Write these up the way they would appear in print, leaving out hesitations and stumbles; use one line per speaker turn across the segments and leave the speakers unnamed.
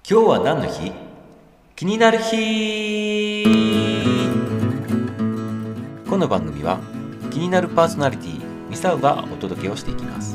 今日は何の日？気になる日。この番組は気になるパーソナリティミサウがお届けをしていきます。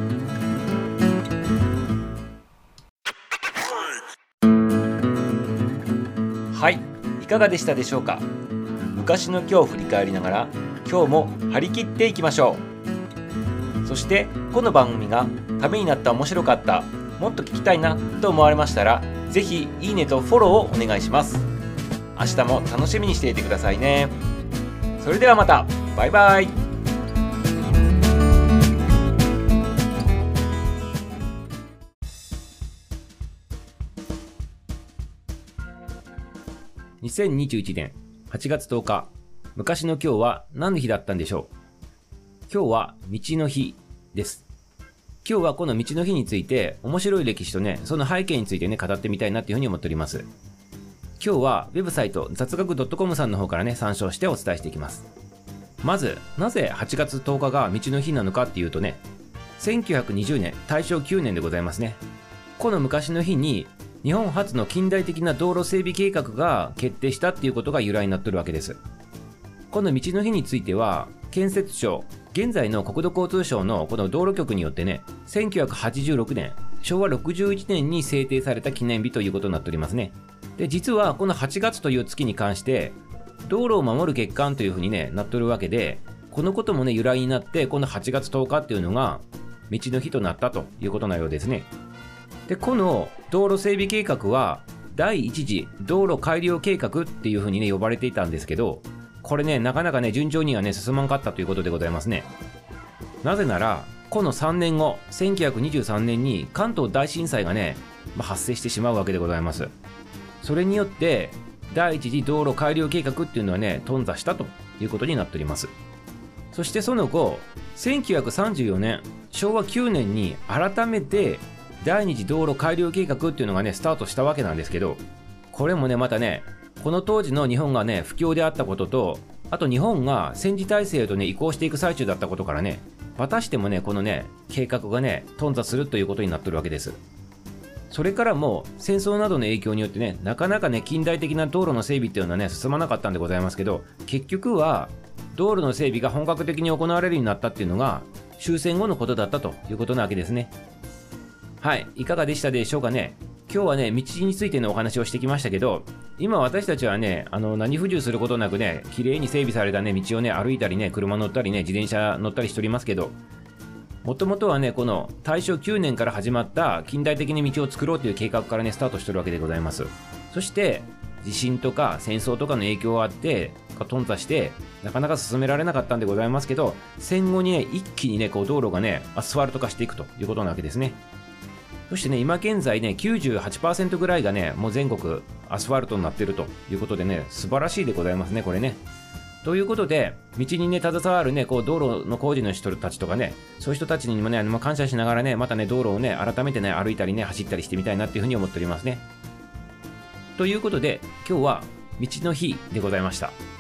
はい、いかがでしたでしょうか。昔の今日を振り返りながら今日も張り切っていきましょう。そしてこの番組がためになった、面白かった、もっと聞きたいなと思われましたら、ぜひいいねとフォローをお願いします。明日も楽しみにしていてくださいね。それではまた、バイバイ。2021年8月10日、昔の今日は何の日だったんでしょう。今日は道の日です。今日はこの道の日について面白い歴史とね、その背景についてね、語ってみたいなっていうふうに思っております。今日はウェブサイト雑学 .com さんの方からね、参照してお伝えしていきます。まず、なぜ8月10日が道の日なのかっていうとね、1920年、大正9年でございますね。この昔の日に日本初の近代的な道路整備計画が決定したっていうことが由来になっているわけです。この道の日については、建設庁、現在の国土交通省のこの道路局によってね、1986年、昭和61年に制定された記念日ということになっておりますね。で、実はこの8月という月に関して、道路を守る月間というふうにね、なっておるわけで、このこともね、由来になって、この8月10日っていうのが、道の日となったということのようですね。で、この道路整備計画は、第一次道路改良計画っていうふうにね、呼ばれていたんですけど、これね、なかなかね、順調にはね、進まんかったということでございますね。なぜなら、この3年後、1923年に関東大震災がね、発生してしまうわけでございます。それによって、第一次道路改良計画っていうのはね、頓挫したということになっております。そしてその後、1934年、昭和9年に改めて、第二次道路改良計画っていうのがね、スタートしたわけなんですけど、これもね、またね、この当時の日本がね、不況であったことと、あと日本が戦時体制へとね、移行していく最中だったことからね、またしてもね、このね、計画がね、頓挫するということになってるわけです。それからも、戦争などの影響によってね、なかなかね、近代的な道路の整備っていうのはね、進まなかったんでございますけど、結局は、道路の整備が本格的に行われるようになったっていうのが、終戦後のことだったということなわけですね。はい、いかがでしたでしょうかね。今日はね、道についてのお話をしてきましたけど、今私たちはね、何不自由することなくね、綺麗に整備されたね、道をね、歩いたりね、車乗ったりね、自転車乗ったりしておりますけど、もともとはね、この大正9年から始まった近代的に道を作ろうという計画からね、スタートしてるわけでございます。そして、地震とか戦争とかの影響があって、頓挫して、なかなか進められなかったんでございますけど、戦後にね、一気にね、こう道路がね、アスファルト化していくということなわけですね。そしてね、今現在ね、98% ぐらいがね、もう全国アスファルトになっているということでね、素晴らしいでございますね、これね。ということで、道にね、携わるね、こう道路の工事の人たちとかね、そういう人たちにもね、感謝しながらね、またね、道路をね、改めてね、歩いたりね、走ったりしてみたいなっていうふうに思っておりますね。ということで、今日は道の日でございました。